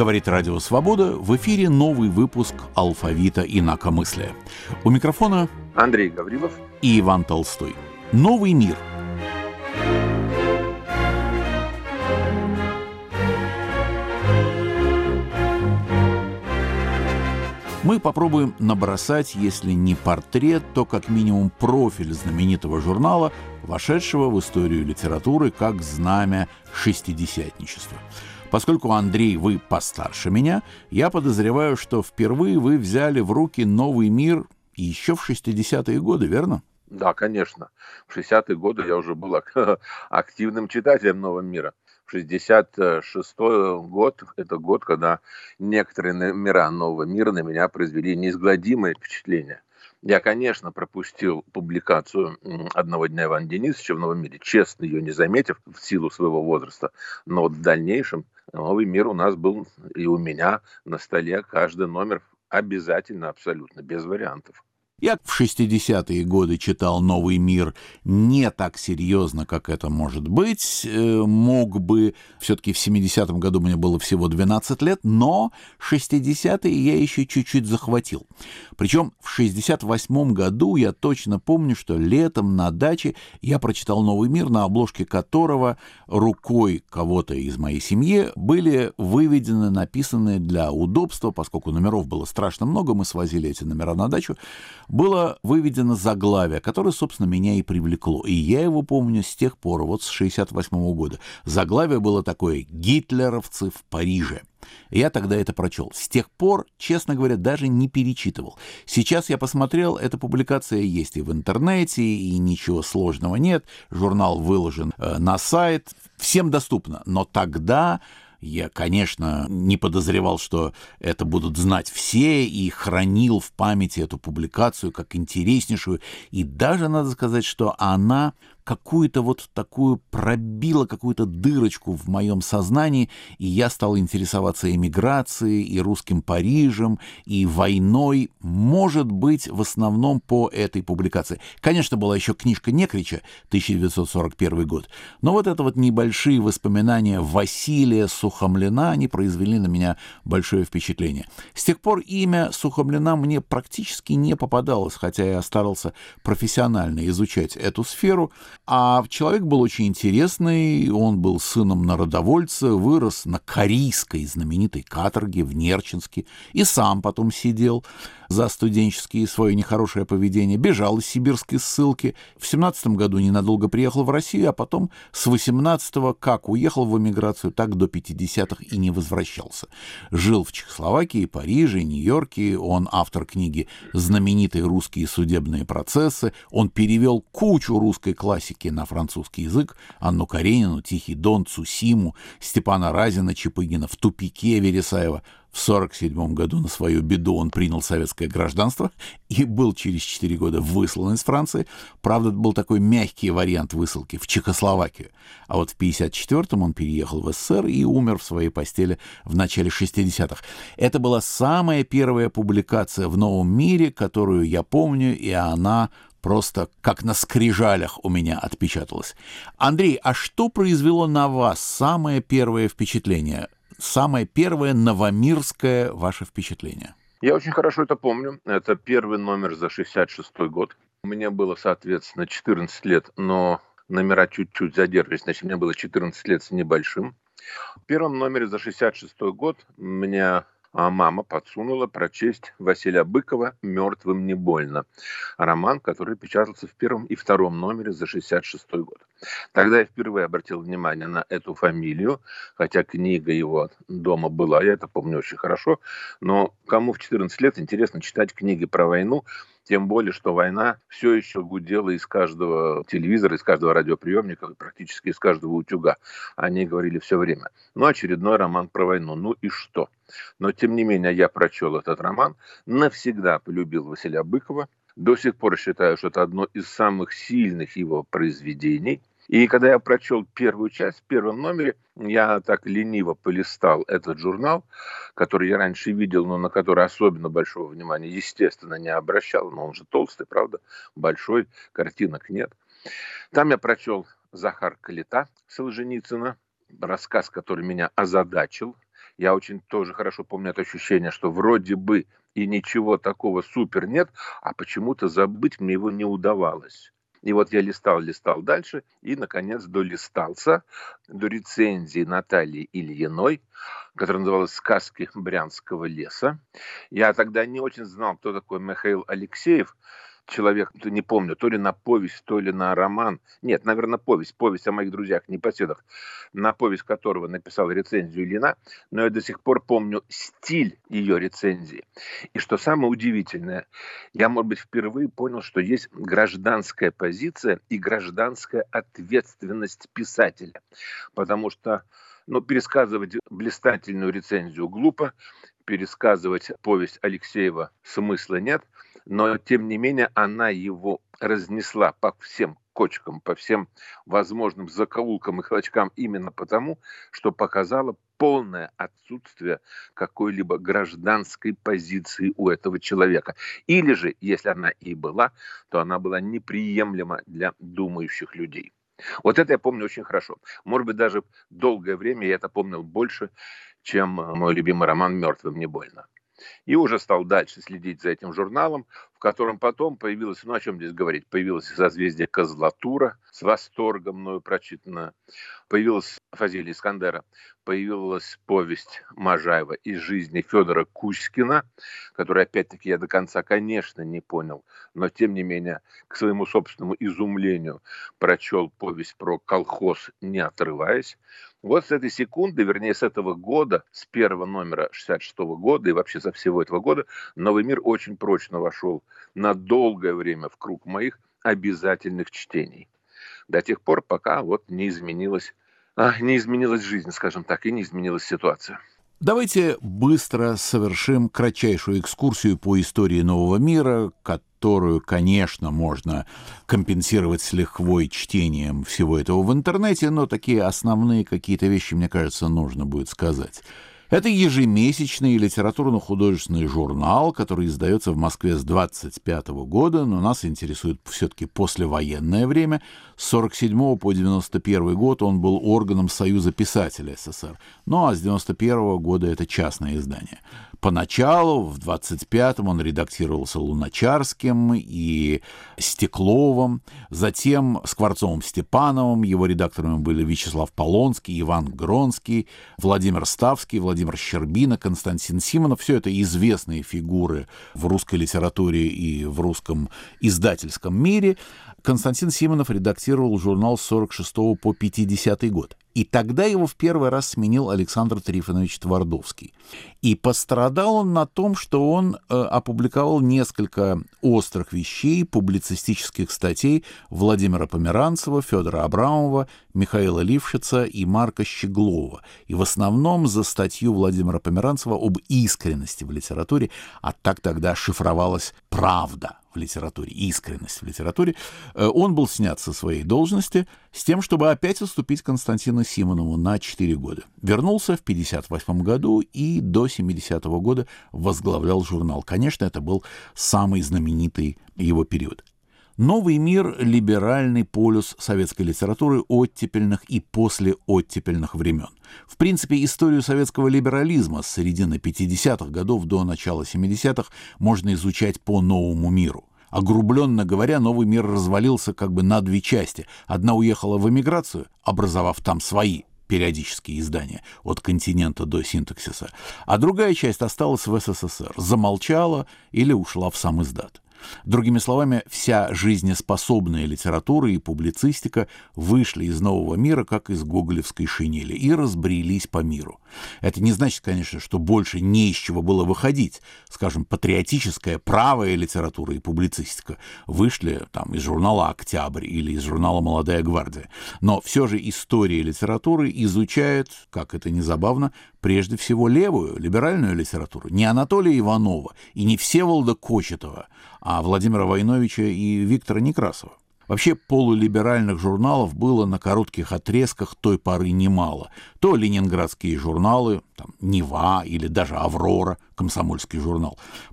Говорит Радио Свобода, в эфире новый выпуск «Алфавита инакомыслия». У микрофона Андрей Гаврилов и Иван Толстой. Новый мир. Мы попробуем набросать, если не портрет, то как минимум профиль знаменитого журнала, вошедшего в историю литературы как знамя шестидесятничества. Поскольку, Андрей, вы постарше меня, я подозреваю, что впервые вы взяли в руки «Новый мир» еще в 60-е годы, верно? Да, конечно. В 60-е годы я уже был активным читателем «Нового мира». В 66-й год, это год, когда некоторые номера «Нового мира» на меня произвели неизгладимое впечатление. Я, конечно, пропустил публикацию «Одного дня Ивана Денисовича» в «Новом мире», честно ее не заметив в силу своего возраста. Но вот в дальнейшем «Новый мир» у нас был и у меня на столе, каждый номер обязательно, абсолютно, без вариантов. Я в 60-е годы читал «Новый мир» не так серьезно, как это может быть. Мог бы, все-таки в 70-м году мне было всего 12 лет, но 60-е я еще чуть-чуть захватил. Причем в 68-м году я точно помню, что летом на даче я прочитал «Новый мир», на обложке которого рукой кого-то из моей семьи были выведены, написаны для удобства, поскольку номеров было страшно много, мы свозили эти номера на дачу, было выведено заглавие, которое, собственно, меня и привлекло. И я его помню с тех пор, вот с 68-го года. Заглавие было такое: «Гитлеровцы в Париже». Я тогда это прочел. С тех пор, честно говоря, даже не перечитывал. Сейчас я посмотрел, эта публикация есть и в интернете, и ничего сложного нет. Журнал выложен на сайт. Всем доступно. Но тогда я, конечно, не подозревал, что это будут знать все, и хранил в памяти эту публикацию как интереснейшую. И даже надо сказать, что она какую-то вот такую пробила, какую-то дырочку в моем сознании, и я стал интересоваться эмиграцией, и русским Парижем, и войной, может быть, в основном по этой публикации. Конечно, была еще книжка Некрича, 1941 год, но вот это вот небольшие воспоминания Василия Сухомлина, они произвели на меня большое впечатление. С тех пор имя Сухомлина мне практически не попадалось, хотя я старался профессионально изучать эту сферу. А человек был очень интересный, он был сыном народовольца, вырос на Карийской знаменитой каторге в Нерчинске и сам потом сидел за студенческие свое нехорошее поведение, бежал из сибирской ссылки. В 17-м году ненадолго приехал в Россию, а потом с 18-го как уехал в эмиграцию, так до 50-х и не возвращался. Жил в Чехословакии, Париже, Нью-Йорке. Он автор книги «Знаменитые русские судебные процессы». Он перевел кучу русской классики на французский язык: Анну Каренину, «Тихий Дон», Цусиму, Степана Разина, Чапыгина, «В тупике» Вересаева. В 1947 году на свою беду он принял советское гражданство и был через 4 года выслан из Франции. Правда, это был такой мягкий вариант высылки в Чехословакию. А вот в 1954 он переехал в СССР и умер в своей постели в начале 60-х. Это была самая первая публикация в «Новом мире», которую я помню, и она просто как на скрижалях у меня отпечаталась. Андрей, а что произвело на вас самое первое впечатление? Самое первое новомирское ваше впечатление? Я очень хорошо это помню. Это первый номер за 66-й год. Мне было, соответственно, 14 лет, но номера чуть-чуть задерживались. Значит, мне было 14 лет с небольшим. В первом номере за 66-й год меня мама подсунула прочесть Василия Быкова «Мертвым не больно». Роман, который печатался в первом и втором номере за 66-й год. Тогда я впервые обратил внимание на эту фамилию, хотя книга его дома была, я это помню очень хорошо, но кому в 14 лет интересно читать книги про войну, тем более, что война все еще гудела из каждого телевизора, из каждого радиоприемника, практически из каждого утюга. Они говорили все время. Ну, очередной роман про войну. Ну и что? Но, тем не менее, я прочел этот роман, навсегда полюбил Василия Быкова. До сих пор считаю, что это одно из самых сильных его произведений. И когда я прочел первую часть в первом номере, я так лениво полистал этот журнал, который я раньше видел, но на который особенно большого внимания, естественно, не обращал. Но он же толстый, правда? Большой, картинок нет. Там я прочел «Захар Калита» Солженицына, рассказ, который меня озадачил. Я очень тоже хорошо помню это ощущение, что вроде бы и ничего такого супер нет, а почему-то забыть мне его не удавалось. И вот я листал дальше и, наконец, долистался до рецензии Натальи Ильиной, которая называлась «Сказки Брянского леса». Я тогда не очень знал, кто такой Михаил Алексеев, человек, не помню, то ли на повесть, то ли на роман. Нет, наверное, повесть о моих друзьях-непоседах, на повесть которого написала рецензию Ильина, но я до сих пор помню стиль ее рецензии. И что самое удивительное, я, может быть, впервые понял, что есть гражданская позиция и гражданская ответственность писателя. Потому что, пересказывать блистательную рецензию глупо, пересказывать повесть Алексеева смысла нет, но, тем не менее, она его разнесла по всем кочкам, по всем возможным закоулкам и клочкам именно потому, что показала полное отсутствие какой-либо гражданской позиции у этого человека. Или же, если она и была, то она была неприемлема для думающих людей. Вот это я помню очень хорошо. Может быть, даже долгое время я это помнил больше, чем мой любимый роман «Мертвым не больно». И уже стал дальше следить за этим журналом, в котором потом появилось, о чем здесь говорить, появилось «Созвездие Козлатура», с восторгом мною прочитанное, появилась Фазилия Искандера, появилась повесть Можаева «Из жизни Федора Кузькина», которую, опять-таки, я до конца, конечно, не понял, но, тем не менее, к своему собственному изумлению прочел повесть про колхоз, не отрываясь. Вот с этой секунды, вернее, с этого года, с первого номера 66-го года и вообще со всего этого года, «Новый мир» очень прочно вошел на долгое время в круг моих обязательных чтений. До тех пор, пока не изменилась жизнь, скажем так, и не изменилась ситуация. Давайте быстро совершим кратчайшую экскурсию по истории нового мира, которую, конечно, можно компенсировать с лихвой чтением всего этого в интернете, но такие основные какие-то вещи, мне кажется, нужно будет сказать. Это ежемесячный литературно-художественный журнал, который издается в Москве с 25 года, но нас интересует все-таки послевоенное время. С 47 по 91 год он был органом Союза писателей СССР, ну а с 91 года это частное издание. Поначалу, в 25-м, он редактировался Луначарским и Стекловым, затем Скворцовым-Степановым, его редакторами были Вячеслав Полонский, Иван Гронский, Владимир Ставский, Владимир Щербина, Константин Симонов. Все это известные фигуры в русской литературе и в русском издательском мире. Константин Симонов редактировал журнал с 46 по 50 год. И тогда его в первый раз сменил Александр Трифонович Твардовский. И пострадал он на том, что он опубликовал несколько острых вещей, публицистических статей Владимира Померанцева, Федора Абрамова, Михаила Лившица и Марка Щеглова. И в основном за статью Владимира Померанцева об искренности в литературе, а так тогда шифровалась правда в литературе, искренность в литературе, он был снят со своей должности с тем, чтобы опять уступить Константину Симонову на 4 года. Вернулся в 1958 году и до 70-го года возглавлял журнал. Конечно, это был самый знаменитый его период. «Новый мир» — либеральный полюс советской литературы оттепельных и послеоттепельных времен. В принципе, историю советского либерализма с середины 50-х годов до начала 70-х можно изучать по «Новому миру». Огрубленно говоря, «Новый мир» развалился как бы на две части. Одна уехала в эмиграцию, образовав там свои периодические издания от «Континента» до «Синтаксиса», а другая часть осталась в СССР, замолчала или ушла в сам издат. Другими словами, вся жизнеспособная литература и публицистика вышли из нового мира, как из гоголевской шинели, и разбрелись по миру. Это не значит, конечно, что больше не из чего было выходить. Скажем, патриотическая, правая литература и публицистика вышли там из журнала «Октябрь» или из журнала «Молодая гвардия». Но все же история литературы изучает, как это ни забавно, прежде всего левую, либеральную литературу. Не Анатолия Иванова и не Всеволода Кочетова, а Владимира Войновича и Виктора Некрасова. Вообще полулиберальных журналов было на коротких отрезках той поры немало. То ленинградские журналы, там, «Нева» или даже «Аврора», комсомольский журнал,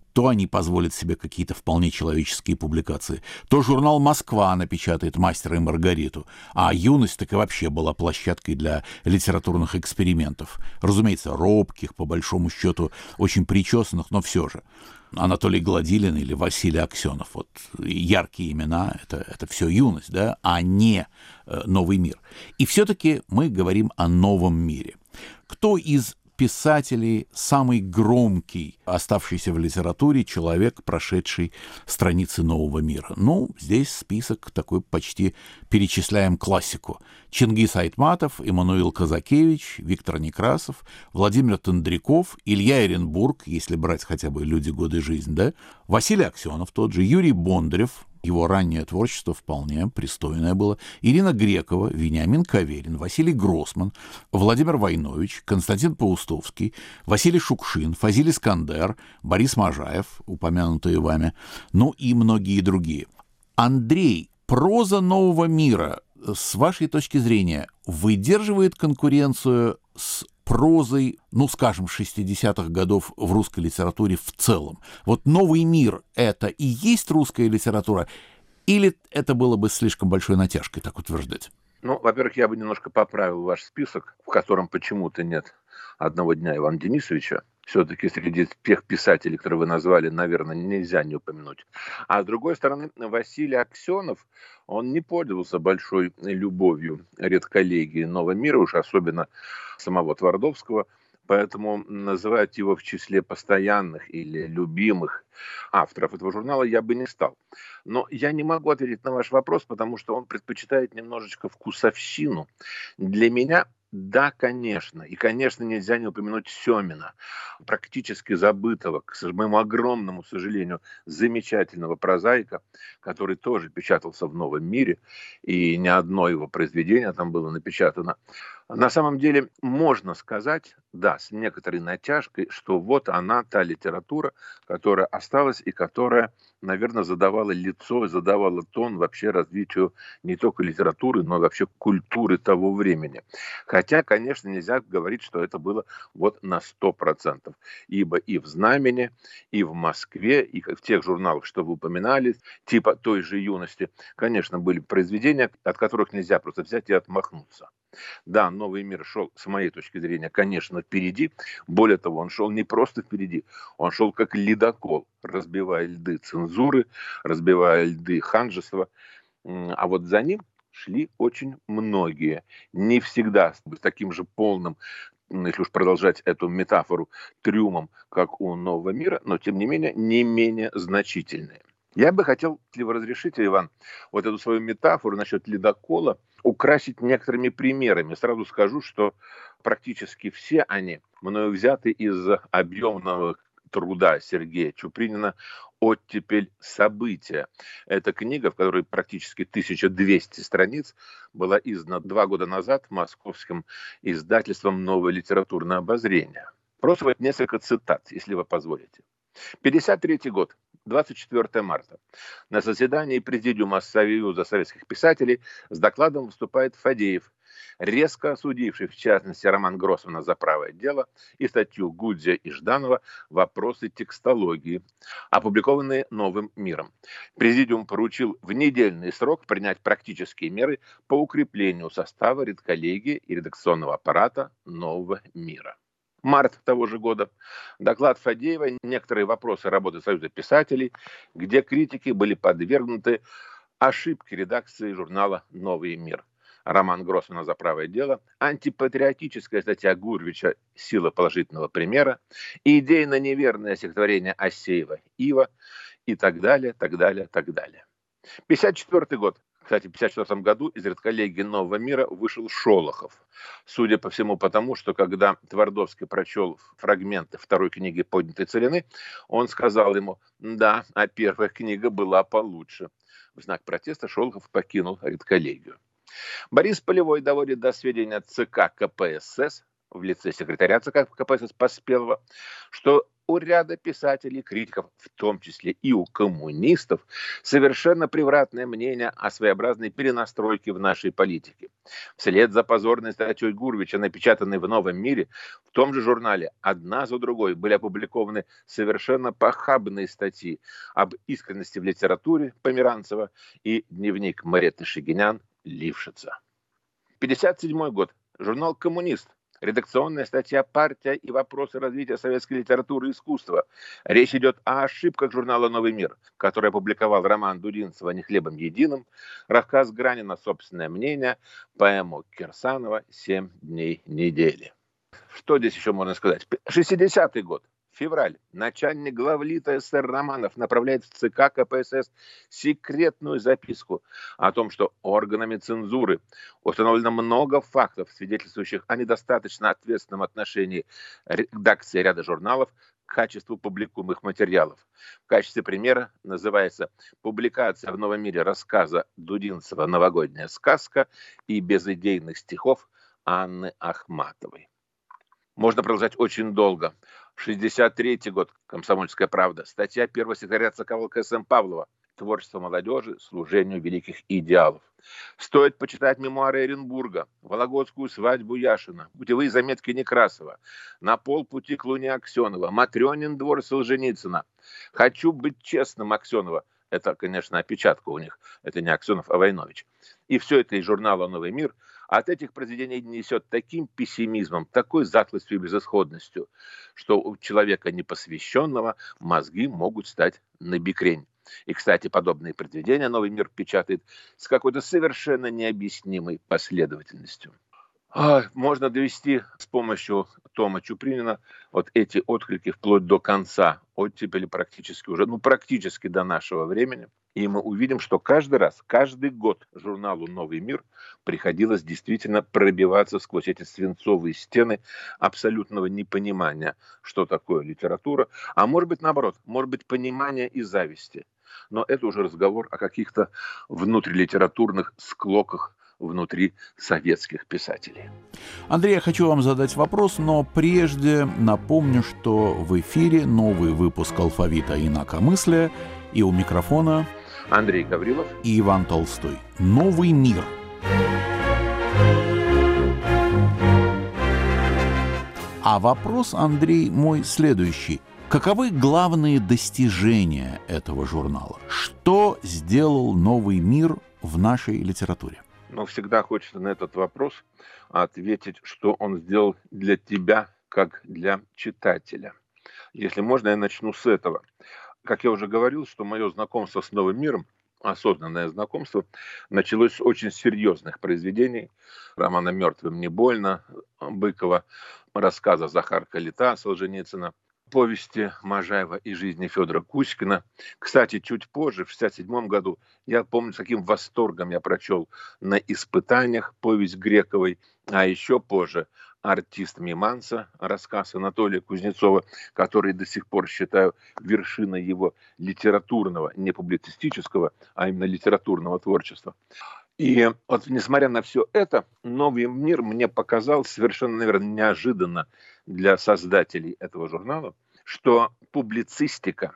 то они позволят себе какие-то вполне человеческие публикации, то журнал «Москва» напечатает «Мастера и Маргариту», а «Юность» так и вообще была площадкой для литературных экспериментов. Разумеется, робких, по большому счету, очень причесанных, но все же. Анатолий Гладилин или Василий Аксенов. Вот яркие имена — это все «Юность», да, а не «Новый мир». И все-таки мы говорим о новом мире. Кто из писателей самый громкий, оставшийся в литературе человек, прошедший страницы нового мира? Ну, здесь список такой, почти перечисляем классику. Чингис Айтматов, Эммануил Казакевич, Виктор Некрасов, Владимир Тендряков, Илья Эренбург, если брать хотя бы «Люди, годы, жизнь», да, Василий Аксенов тот же, Юрий Бондарев, его раннее творчество вполне пристойное было, Ирина Грекова, Вениамин Каверин, Василий Гроссман, Владимир Войнович, Константин Паустовский, Василий Шукшин, Фазиль Искандер, Борис Можаев, упомянутые вами, ну и многие другие. Андрей, проза нового мира, с вашей точки зрения, выдерживает конкуренцию с прозой, ну, скажем, 60-х годов в русской литературе в целом? Вот «Новый мир» — это и есть русская литература, или это было бы слишком большой натяжкой так утверждать? Ну, во-первых, я бы немножко поправил ваш список, в котором почему-то нет «Одного дня» Ивана Денисовича. Все-таки среди тех писателей, которые вы назвали, наверное, нельзя не упомянуть. А с другой стороны, Василий Аксенов, он не пользовался большой любовью редколлегии «Нового мира», уж особенно самого Твардовского. Поэтому называть его в числе постоянных или любимых авторов этого журнала я бы не стал. Но я не могу ответить на ваш вопрос, потому что он предпочитает немножечко вкусовщину. Для меня, да, конечно. И, конечно, нельзя не упомянуть Семина, практически забытого, к моему огромному сожалению, замечательного прозаика, который тоже печатался в «Новом мире», и не одно его произведение там было напечатано. На самом деле, можно сказать, да, с некоторой натяжкой, что вот она, та литература, которая осталась и которая, наверное, задавала лицо, задавала тон вообще развитию не только литературы, но и вообще культуры того времени. Хотя, конечно, нельзя говорить, что это было вот на 100%. Ибо и в «Знамени», и в «Москве», и в тех журналах, что вы упоминали, типа той же «Юности», конечно, были произведения, от которых нельзя просто взять и отмахнуться. Да, «Новый мир» шел, с моей точки зрения, конечно, впереди. Более того, он шел не просто впереди, он шел как ледокол, разбивая льды цензуры, разбивая льды ханжества. А вот за ним шли очень многие. Не всегда с таким же полным, если уж продолжать эту метафору, трюмом, как у «Нового мира», но, тем не менее, не менее значительные. Я бы хотел, если вы разрешите, Иван, вот эту свою метафору насчет ледокола украсить некоторыми примерами. Сразу скажу, что практически все они мною взяты из объемного труда Сергея Чупринина «Оттепель события». Это книга, в которой практически 1200 страниц, была издана 2 года назад московским издательством «Новое литературное обозрение». Просто вот несколько цитат, если вы позволите. 1953 год. 24 марта. На заседании Президиума Союза советских писателей с докладом выступает Фадеев, резко осудивший, в частности, роман Гроссмана «За правое дело» и статью Гудзя и Жданова «Вопросы текстологии», опубликованные «Новым миром». Президиум поручил в недельный срок принять практические меры по укреплению состава редколлегии и редакционного аппарата «Нового мира». Март того же года. Доклад Фадеева «Некоторые вопросы работы Союза писателей», где критики были подвергнуты ошибке редакции журнала «Новый мир». Роман Гроссмана «За правое дело», антипатриотическая статья Гурвича «Сила положительного примера», идейно неверное стихотворение Асеева «Ива» и так далее, так далее, так далее. 1954 год. Кстати, в 1954 году из редколлегии «Нового мира» вышел Шолохов. Судя по всему потому, что когда Твардовский прочел фрагменты второй книги «Поднятой целины», он сказал ему: «Да, а первая книга была получше». В знак протеста Шолохов покинул редколлегию. Борис Полевой доводит до сведения ЦК КПСС в лице секретаря ЦК КПСС Поспелова, что у ряда писателей и критиков, в том числе и у коммунистов, совершенно превратное мнение о своеобразной перенастройке в нашей политике. Вслед за позорной статьей Гурвича, напечатанной в «Новом мире», в том же журнале одна за другой были опубликованы совершенно похабные статьи об искренности в литературе Померанцева и дневник Маретты Шагинян Лившица. 1957 год. Журнал «Коммунист». Редакционная статья «Партия и вопросы развития советской литературы и искусства». Речь идет о ошибках журнала «Новый мир», который опубликовал роман Дудинцева «Не хлебом единым», рассказ Гранина «Собственное мнение», поэму Кирсанова «7 дней недели». Что здесь еще можно сказать? 60-й год. Февраль. Начальник главлита СССР Романов направляет в ЦК КПСС секретную записку о том, что органами цензуры установлено много фактов, свидетельствующих о недостаточно ответственном отношении редакции ряда журналов к качеству публикуемых материалов. В качестве примера называется публикация в «Новом мире» рассказа Дудинцева «Новогодняя сказка» и безыдейных стихов Анны Ахматовой. Можно продолжать очень долго. 1963 год. «Комсомольская правда». Статья первого секретаря ЦК ВЛКСМ Павлова. Творчество молодежи служению великих идеалов. Стоит почитать мемуары Эренбурга, Вологодскую свадьбу Яшина, путевые заметки Некрасова, На полпути к Луне Аксенова, Матрёнин двор Солженицына. Хочу быть честным Аксенова. Это, конечно, опечатка у них. Это не Аксенов, а Войнович. И все это из журнала «Новый мир». От этих произведений несет таким пессимизмом, такой затлостью и безысходностью, что у человека непосвященного мозги могут стать набекрень. И, кстати, подобные произведения «Новый мир» печатает с какой-то совершенно необъяснимой последовательностью. Можно довести с помощью Тома Чупринина вот эти отклики вплоть до конца, оттепели практически уже, практически до нашего времени. И мы увидим, что каждый раз, каждый год журналу «Новый мир» приходилось действительно пробиваться сквозь эти свинцовые стены абсолютного непонимания, что такое литература, а может быть наоборот, может быть понимания и зависти. Но это уже разговор о каких-то внутрилитературных склоках внутри советских писателей. Андрей, я хочу вам задать вопрос, но прежде напомню, что в эфире новый выпуск «Алфавита инакомыслия», и у микрофона Андрей Гаврилов и Иван Толстой. «Новый мир». А вопрос, Андрей, мой следующий. Каковы главные достижения этого журнала? Что сделал «Новый мир» в нашей литературе? Но всегда хочется на этот вопрос ответить, что он сделал для тебя, как для читателя. Если можно, я начну с этого. Как я уже говорил, что мое знакомство с «Новым миром», осознанное знакомство, началось с очень серьезных произведений. Романа «Мертвым не больно» Быкова, рассказа Захар Калита Солженицына, повести Можаева и жизни Федора Кузькина. Кстати, чуть позже, в 1967 году, я помню, с каким восторгом я прочел «На испытаниях» повесть Грековой, а еще позже «Артист Миманса», рассказ Анатолия Кузнецова, который до сих пор считаю вершиной его литературного, не публицистического, а именно литературного творчества. И вот, несмотря на все это, «Новый мир» мне показал совершенно, наверное, неожиданно для создателей этого журнала, что публицистика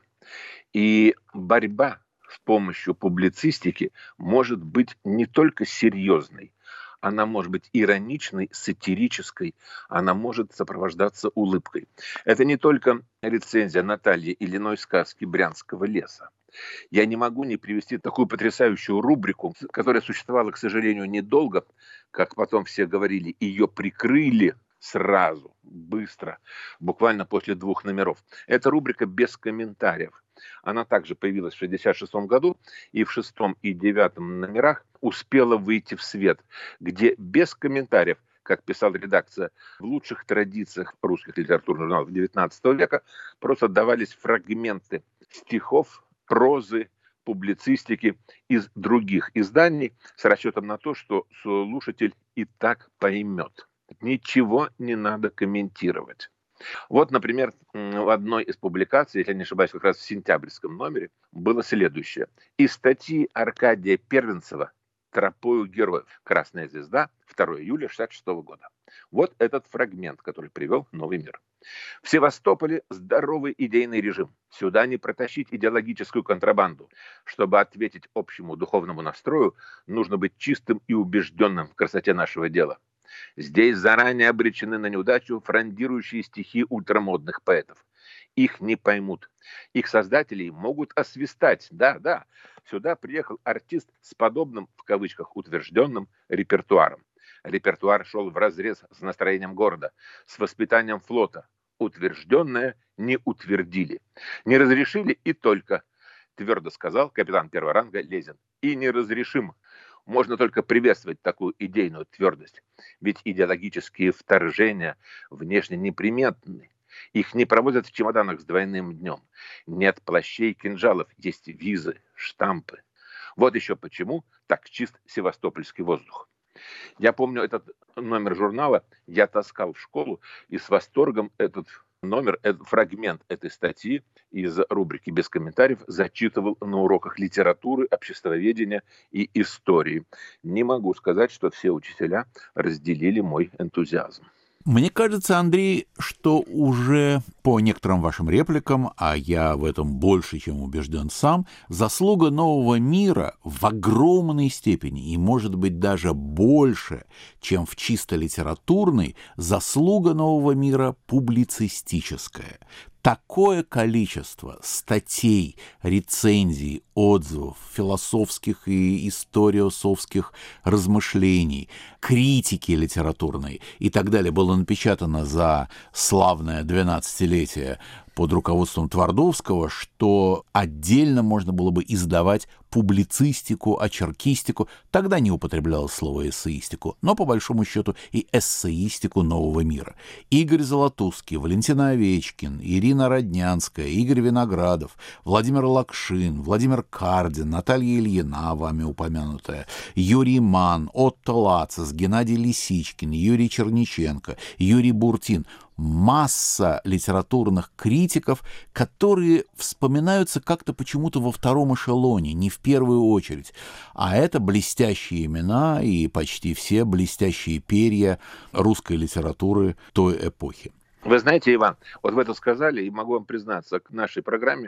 и борьба с помощью публицистики может быть не только серьезной, она может быть ироничной, сатирической, она может сопровождаться улыбкой. Это не только рецензия Натальи Ильиной сказки «Брянского леса». Я не могу не привести такую потрясающую рубрику, которая существовала, к сожалению, недолго, как потом все говорили, ее прикрыли сразу, быстро, буквально после 2 номеров. Это рубрика «Без комментариев». Она также появилась в 1966 году и в 6 и 9 номерах успела выйти в свет, где без комментариев, как писала редакция, в лучших традициях русских литературных журналов XIX века, просто давались фрагменты стихов, прозы, публицистики из других изданий с расчетом на то, что слушатель и так поймет. Ничего не надо комментировать. Вот, например, в одной из публикаций, если я не ошибаюсь, как раз в сентябрьском номере, было следующее. Из статьи Аркадия Первенцева «Тропою героев. Красная звезда. 2 июля 1966 года». Вот этот фрагмент, который привел «Новый мир». В Севастополе здоровый идейный режим. Сюда не протащить идеологическую контрабанду. Чтобы ответить общему духовному настрою, нужно быть чистым и убежденным в красоте нашего дела. Здесь заранее обречены на неудачу фрондирующие стихи ультрамодных поэтов. Их не поймут. Их создателей могут освистать. Да, да, сюда приехал артист с подобным, в кавычках, утвержденным репертуаром. Репертуар шел вразрез с настроением города, с воспитанием флота. Утвержденное не утвердили. Не разрешили и только, твердо сказал капитан первого ранга Лезин. И неразрешимо. Можно только приветствовать такую идейную твердость. Ведь идеологические вторжения внешне неприметны. Их не проводят в чемоданах с двойным днем. Нет плащей и кинжалов, есть визы, штампы. Вот еще почему так чист севастопольский воздух. Я помню этот номер журнала, я таскал в школу и с восторгом этот номер, этот фрагмент этой статьи из рубрики «Без комментариев» зачитывал на уроках литературы, обществоведения и истории. Не могу сказать, что все учителя разделили мой энтузиазм. Мне кажется, Андрей, что уже по некоторым вашим репликам, а я в этом больше, чем убежден сам, заслуга нового мира в огромной степени, и, может быть, даже больше, чем в чисто литературной, заслуга нового мира публицистическая. Такое количество статей, рецензий, отзывов, философских и историосовских размышлений, критики литературной и так далее было напечатано за славное 12-летие под руководством Твардовского, что отдельно можно было бы издавать публицистику, очеркистику, тогда не употреблялось слово эссеистику, но по большому счету и эссеистику нового мира. Игорь Золотузский, Валентина Овечкин, Ирина Роднянская, Игорь Виноградов, Владимир Лакшин, Владимир Кардин, Наталья Ильина, вами упомянутая, Юрий Ман, Отто Лацис, Геннадий Лисичкин, Юрий Черниченко, Юрий Буртин. Масса литературных критиков, которые вспоминаются как-то почему-то во втором эшелоне, не в первую очередь. А это блестящие имена и почти все блестящие перья русской литературы той эпохи. Вы знаете, Иван, вот вы это сказали, и могу вам признаться, к нашей программе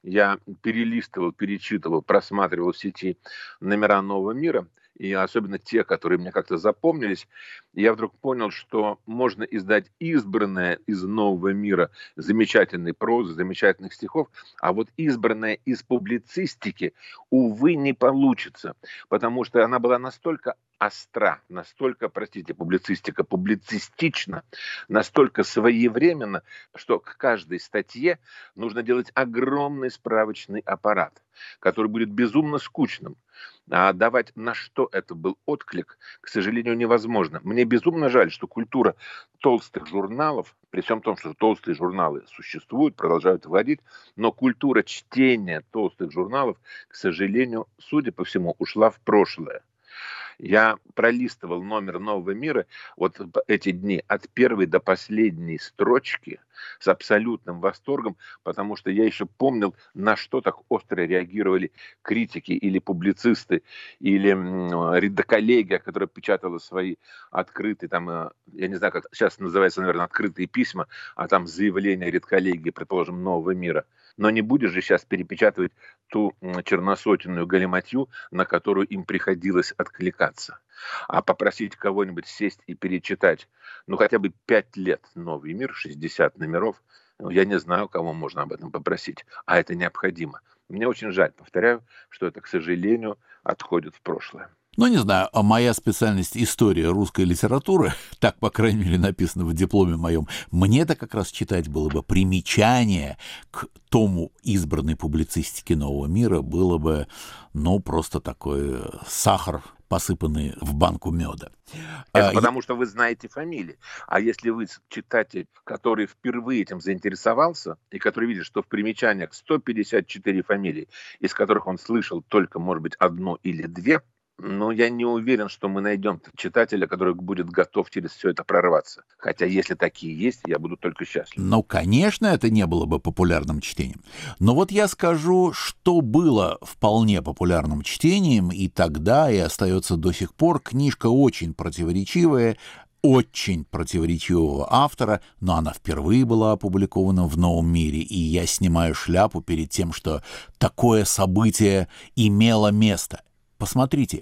я перелистывал, перечитывал, просматривал в сети номера «Нового мира», и особенно те, которые мне как-то запомнились, я вдруг понял, что можно издать избранное из «Нового мира» замечательной прозы, замечательных стихов, а вот избранное из публицистики, увы, не получится, потому что она была настолько остра, настолько, простите, публицистика публицистична, настолько своевременно, что к каждой статье нужно делать огромный справочный аппарат, который будет безумно скучным. А давать, на что это был отклик, к сожалению, невозможно. Мне безумно жаль, что культура толстых журналов, при всем том, что толстые журналы существуют, продолжают вводить, но культура чтения толстых журналов, к сожалению, судя по всему, ушла в прошлое. Я пролистывал номер «Нового мира» вот эти дни от первой до последней строчки с абсолютным восторгом, потому что я еще помнил, на что так остро реагировали критики или публицисты, или редколлегия, которая печатала свои открытые, там, я не знаю, как сейчас называется, наверное, открытые письма, а там заявления редколлегии, предположим, «Нового мира». Но не будешь же сейчас перепечатывать ту черносотенную галиматью, на которую им приходилось откликаться. А попросить кого-нибудь сесть и перечитать, ну, хотя бы 5 лет «Новый мир», 60 номеров, ну, я не знаю, кого можно об этом попросить. А это необходимо. Мне очень жаль, повторяю, что это, к сожалению, отходит в прошлое. Ну, не знаю, а моя специальность история русской литературы, так, по крайней мере, написано в дипломе моем, мне-то как раз читать было бы примечание к тому избранной публицистики «Нового мира», было бы, ну, просто такой сахар, посыпанный в банку меда. Это потому, что вы знаете фамилии. А если вы читатель, который впервые этим заинтересовался, и который видит, что в примечаниях 154 фамилии, из которых он слышал только, может быть, одну или две, но я не уверен, что мы найдем читателя, который будет готов через все это прорваться. Хотя, если такие есть, я буду только счастлив. Ну, конечно, это не было бы популярным чтением. Но вот я скажу, что было вполне популярным чтением и тогда, и остается до сих пор. Книжка очень противоречивая. очень противоречивого автора, но она впервые была опубликована в «Новом мире», и я снимаю шляпу перед тем, что такое событие имело место. Посмотрите,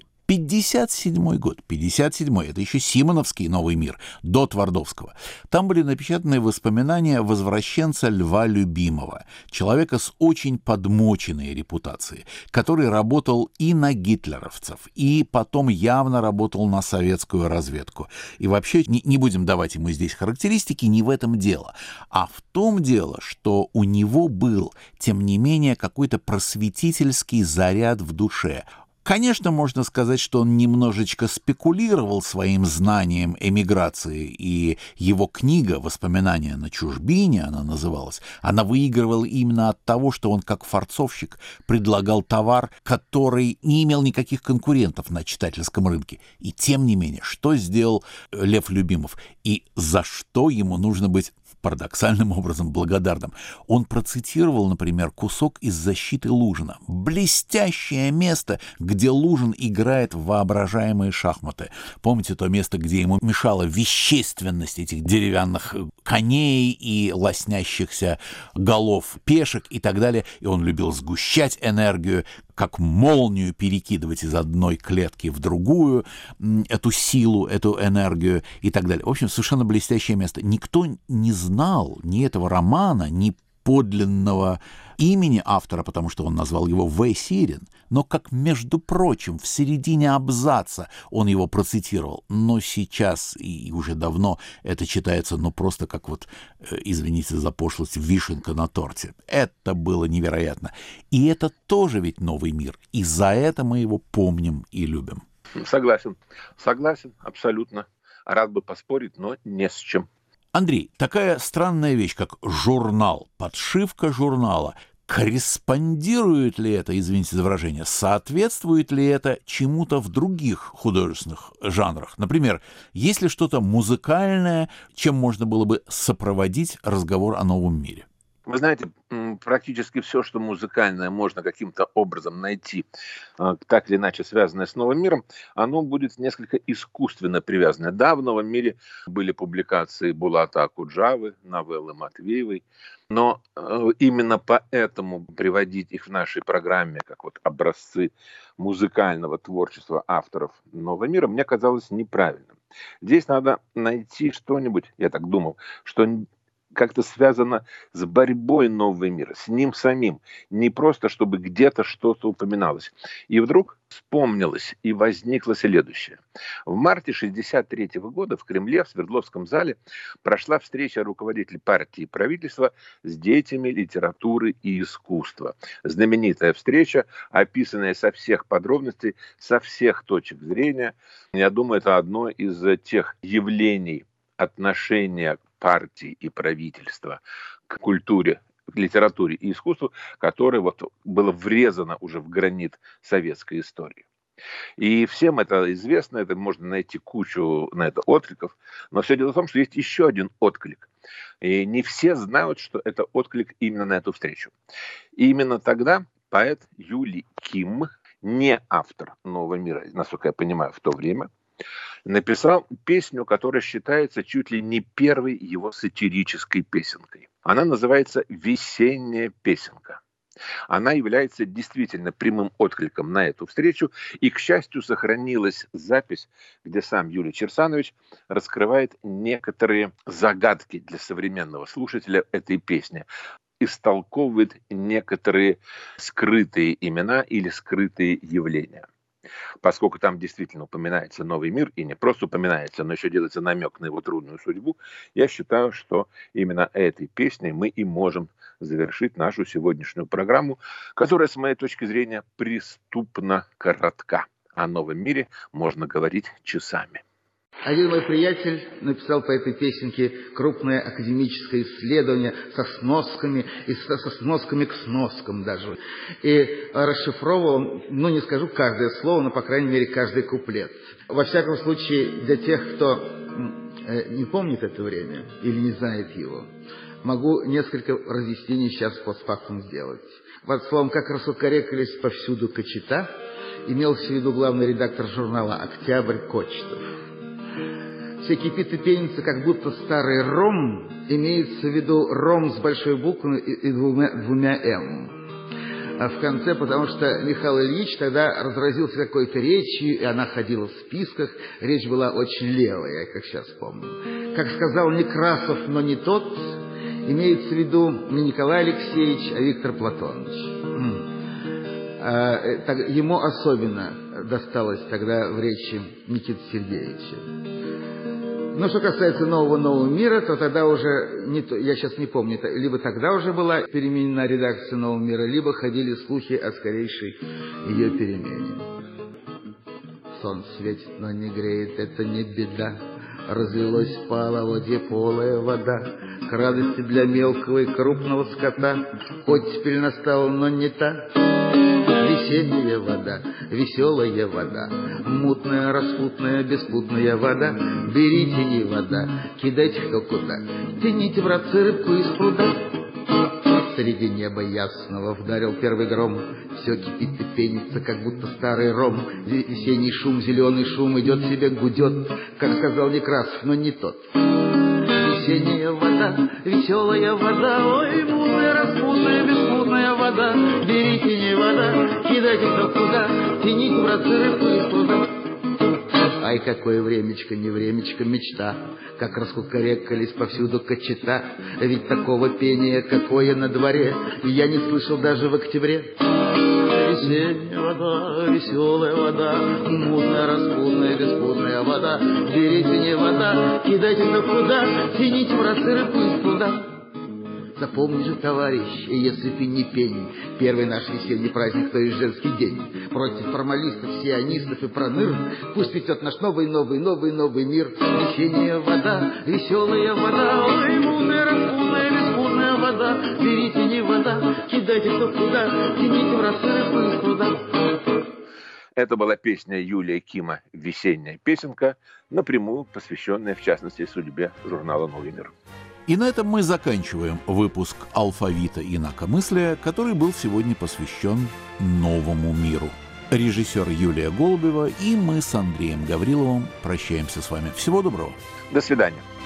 57-й год, 57-й, это еще Симоновский «Новый мир», до Твардовского. Там были напечатаны воспоминания возвращенца Льва Любимого, человека с очень подмоченной репутацией, который работал и на гитлеровцев, и потом явно работал на советскую разведку. И вообще не будем давать ему здесь характеристики, не в этом дело, а в том дело, что у него был, тем не менее, какой-то просветительский заряд в душе. Конечно, можно сказать, что он немножечко спекулировал своим знанием эмиграции, и его книга «Воспоминания на чужбине», она называлась, она выигрывала именно от того, что он как форцовщик предлагал товар, который не имел никаких конкурентов на читательском рынке. И тем не менее, что сделал Лев Любимов, и за что ему нужно быть парадоксальным образом благодарным. Он процитировал, например, кусок из «Защиты Лужина». Блестящее место, где Лужин играет в воображаемые шахматы. Помните то место, где ему мешала вещественность этих деревянных коней и лоснящихся голов пешек и так далее. И он любил сгущать энергию, как молнию перекидывать из одной клетки в другую, эту силу, эту энергию и так далее. В общем, совершенно блестящее место. Никто не знал ни этого романа, ни подлинного имени автора, потому что он назвал его В. Сирин, но как, между прочим, в середине абзаца он его процитировал. Но сейчас и уже давно это читается, ну, просто как вот, извините за пошлость, вишенка на торте. Это было невероятно. И это тоже ведь новый мир, и за это мы его помним и любим. Согласен, абсолютно. Рад бы поспорить, но не с чем. Андрей, такая странная вещь, как журнал, подшивка журнала, корреспондирует ли это, извините за выражение, соответствует ли это чему-то в других художественных жанрах? Например, есть ли что-то музыкальное, чем можно было бы сопроводить разговор о новом мире? Вы знаете, практически все, что музыкальное можно каким-то образом найти, так или иначе связанное с новым миром, оно будет несколько искусственно привязано. Да, в новом мире были публикации Булата Акуджавы, новеллы Матвеевой, но именно поэтому приводить их в нашей программе как вот образцы музыкального творчества авторов нового мира мне казалось неправильным. Здесь надо найти что-нибудь, я так думал, что как-то связано с борьбой нового мира, с ним самим. Не просто, чтобы где-то что-то упоминалось. И вдруг вспомнилось и возникло следующее. В марте 1963 года в Кремле, в Свердловском зале, прошла встреча руководителей партии и правительства с деятелями литературы и искусства. Знаменитая встреча, описанная со всех подробностей, со всех точек зрения. Я думаю, это одно из тех явлений отношения партии и правительства к культуре, к литературе и искусству, которое вот было врезано уже в гранит советской истории. И всем это известно, это можно найти кучу на это откликов, но все дело в том, что есть еще один отклик. И не все знают, что это отклик именно на эту встречу. И именно тогда поэт Юлий Ким, не автор «Нового мира», насколько я понимаю, в то время, написал песню, которая считается чуть ли не первой его сатирической песенкой. Она называется «Весенняя песенка». Она является действительно прямым откликом на эту встречу, и, к счастью, сохранилась запись, где сам Юлий Кирсанович раскрывает некоторые загадки для современного слушателя этой песни, истолковывает некоторые скрытые имена или скрытые явления. Поскольку там действительно упоминается новый мир, и не просто упоминается, но еще делается намек на его трудную судьбу, я считаю, что именно этой песней мы и можем завершить нашу сегодняшнюю программу, которая, с моей точки зрения, преступно коротка. О новом мире можно говорить часами. Один мой приятель написал по этой песенке крупное академическое исследование со сносками, и со сносками к сноскам даже. И расшифровывал, ну не скажу каждое слово, но по крайней мере каждый куплет. Во всяком случае, для тех, кто не помнит это время или не знает его, могу несколько разъяснений сейчас постфактум сделать. Под словом «как раскукарекались повсюду кочета» имелся в виду главный редактор журнала «Октябрь» Кочетов. Все кипит и пенится, как будто старый ром. Имеется в виду ром с большой буквы и двумя «м». А в конце, потому что Михаил Ильич тогда разразился какой-то речью, и она ходила в списках. Речь была очень левая, я как сейчас помню. Как сказал Некрасов, но не тот, имеется в виду не Николай Алексеевич, а Виктор Платонович. Ему особенно досталось тогда в речи Никиты Сергеевича. Но что касается нового мира, то тогда уже, я сейчас не помню, либо тогда уже была переменена редакция «Нового мира», либо ходили слухи о скорейшей ее перемене. Солнце светит, но не греет, это не беда. Разлилось по воде полая вода, к радости для мелкого и крупного скота. Хоть теперь настала, но не та. Весенняя вода, веселая вода, мутная, распутная, беспутная вода. Берите не вода, кидайте кто куда, тяните, братцы, рыбку из пруда. Среди неба ясного вдарил первый гром, все кипит и пенится, как будто старый ром. Весенний шум, зеленый шум идет себе, гудет, как сказал Некрасов, но не тот. Весенняя вода, веселая вода, ой, мутная, распутная, беспутная вода. Берите не вода, кидайте кто куда, тяните, братцы, рыбку из пруда. Ай, какое времечко, не времечко, мечта, как раскукарекались повсюду кочета. Ведь такого пения, какое на дворе, я не слышал даже в октябре. Весенняя вода, веселая вода, мутная, распутная, беспутная вода. Берите не вода, кидайте кто куда, тяните, братцы, рыбку из пруда. Запомни же, товарищ, если ты не пень, первый наш весенний праздник, то есть женский день. Против формалистов, сионистов и проныр пусть цветет наш новый мир. Весенняя вода, веселая вода, ой, мутная, распутная, беспутная вода. Берите не вода, кидайте кто куда, тяните, братцы, рыбку из пруда. Это была песня Юлия Кима «Весенняя песенка», напрямую посвященная, в частности, судьбе журнала «Новый мир». И на этом мы заканчиваем выпуск «Алфавита инакомыслия», который был сегодня посвящен новому миру. Режиссер Юлия Голубева и мы с Андреем Гавриловым прощаемся с вами. Всего доброго. До свидания.